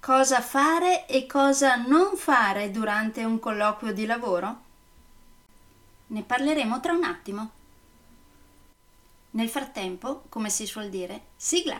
Cosa fare e cosa non fare durante un colloquio di lavoro? Ne parleremo tra un attimo. Nel frattempo, come si suol dire, sigla!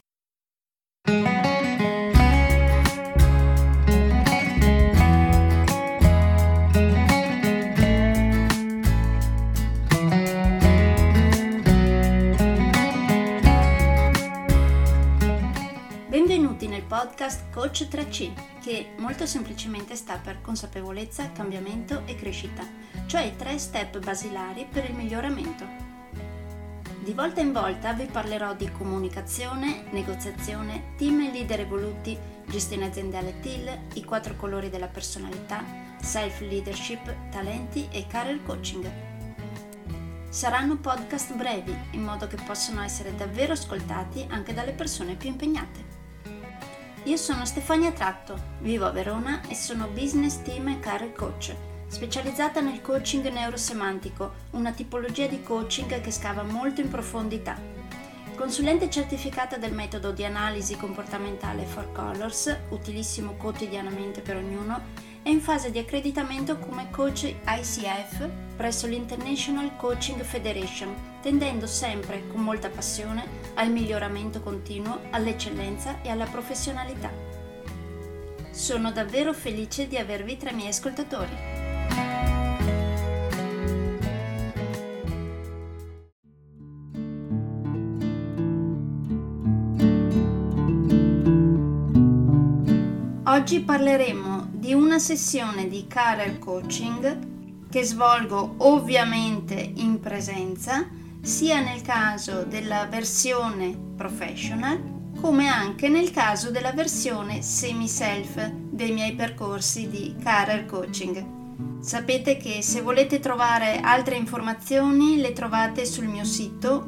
Benvenuti nel podcast Coach 3C, che molto semplicemente sta per consapevolezza, cambiamento e crescita, cioè i 3 step basilari per il miglioramento. Di volta in volta vi parlerò di comunicazione, negoziazione, team e leader evoluti, gestione aziendale TIL, i 4 colori della personalità, self-leadership, talenti e career coaching. Saranno podcast brevi, in modo che possano essere davvero ascoltati anche dalle persone più impegnate. Io sono Stefania Tratto, vivo a Verona e sono business team e career coach, specializzata nel coaching neurosemantico, una tipologia di coaching che scava molto in profondità. Consulente certificata del metodo di analisi comportamentale 4Colors, utilissimo quotidianamente per ognuno, e in fase di accreditamento come coach ICF presso l'International Coaching Federation, tendendo sempre con molta passione al miglioramento continuo, all'eccellenza e alla professionalità. Sono davvero felice di avervi tra i miei ascoltatori. Oggi parleremo di una sessione di career coaching che svolgo ovviamente in presenza, sia nel caso della versione professional come anche nel caso della versione semi-self dei miei percorsi di career coaching. Sapete che se volete trovare altre informazioni le trovate sul mio sito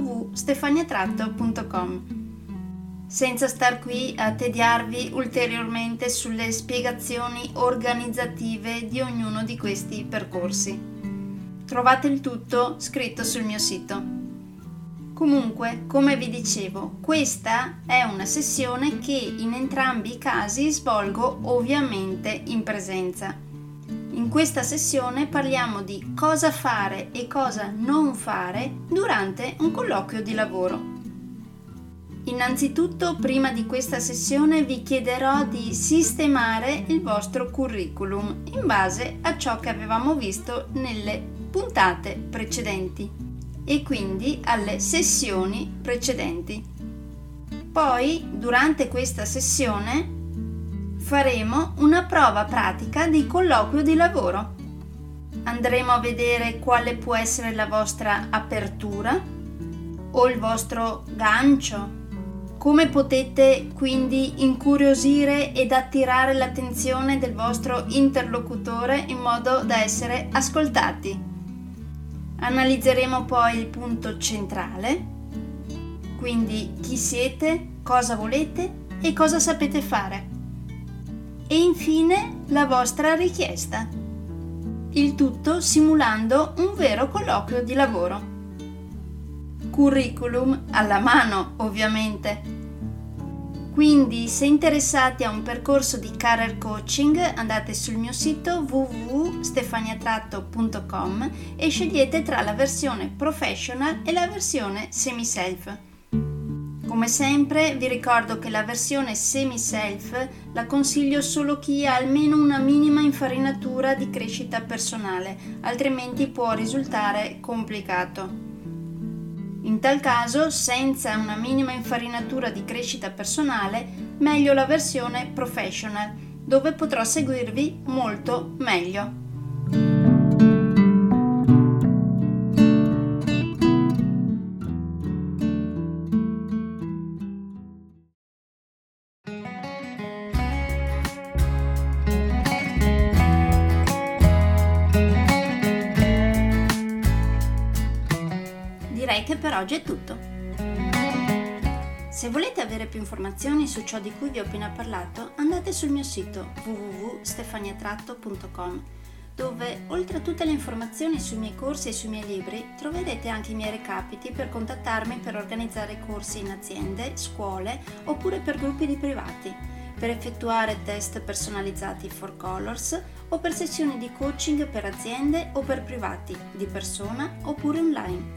www.stefaniatratto.com. senza star qui a tediarvi ulteriormente sulle spiegazioni organizzative di ognuno di questi percorsi. Trovate il tutto scritto sul mio sito. Comunque, come vi dicevo, questa è una sessione che in entrambi i casi svolgo ovviamente in presenza. In questa sessione parliamo di cosa fare e cosa non fare durante un colloquio di lavoro. Innanzitutto, prima di questa sessione vi chiederò di sistemare il vostro curriculum in base a ciò che avevamo visto nelle puntate precedenti e quindi alle sessioni precedenti. Poi, durante questa sessione, faremo una prova pratica di colloquio di lavoro. Andremo a vedere quale può essere la vostra apertura o il vostro gancio. Come potete quindi incuriosire ed attirare l'attenzione del vostro interlocutore in modo da essere ascoltati? Analizzeremo poi il punto centrale, quindi chi siete, cosa volete e cosa sapete fare. E infine la vostra richiesta. Il tutto simulando un vero colloquio di lavoro. Curriculum alla mano, ovviamente. Quindi, se interessati a un percorso di career coaching, andate sul mio sito www.stefaniatratto.com e scegliete tra la versione professional e la versione semi-self. Come sempre, vi ricordo che la versione semi-self la consiglio solo chi ha almeno una minima infarinatura di crescita personale, altrimenti può risultare complicato. In tal caso, senza una minima infarinatura di crescita personale, meglio la versione professional, dove potrò seguirvi molto meglio. Direi che per oggi è tutto. Se volete avere più informazioni su ciò di cui vi ho appena parlato, andate sul mio sito www.stefaniatratto.com, dove oltre a tutte le informazioni sui miei corsi e sui miei libri troverete anche i miei recapiti per contattarmi per organizzare corsi in aziende, scuole oppure per gruppi di privati. per effettuare test personalizzati for Colors o per sessioni di coaching per aziende o per privati, di persona oppure online.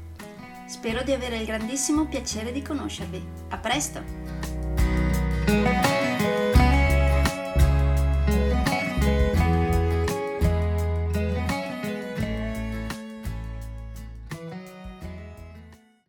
Spero di avere il grandissimo piacere di conoscervi. A presto!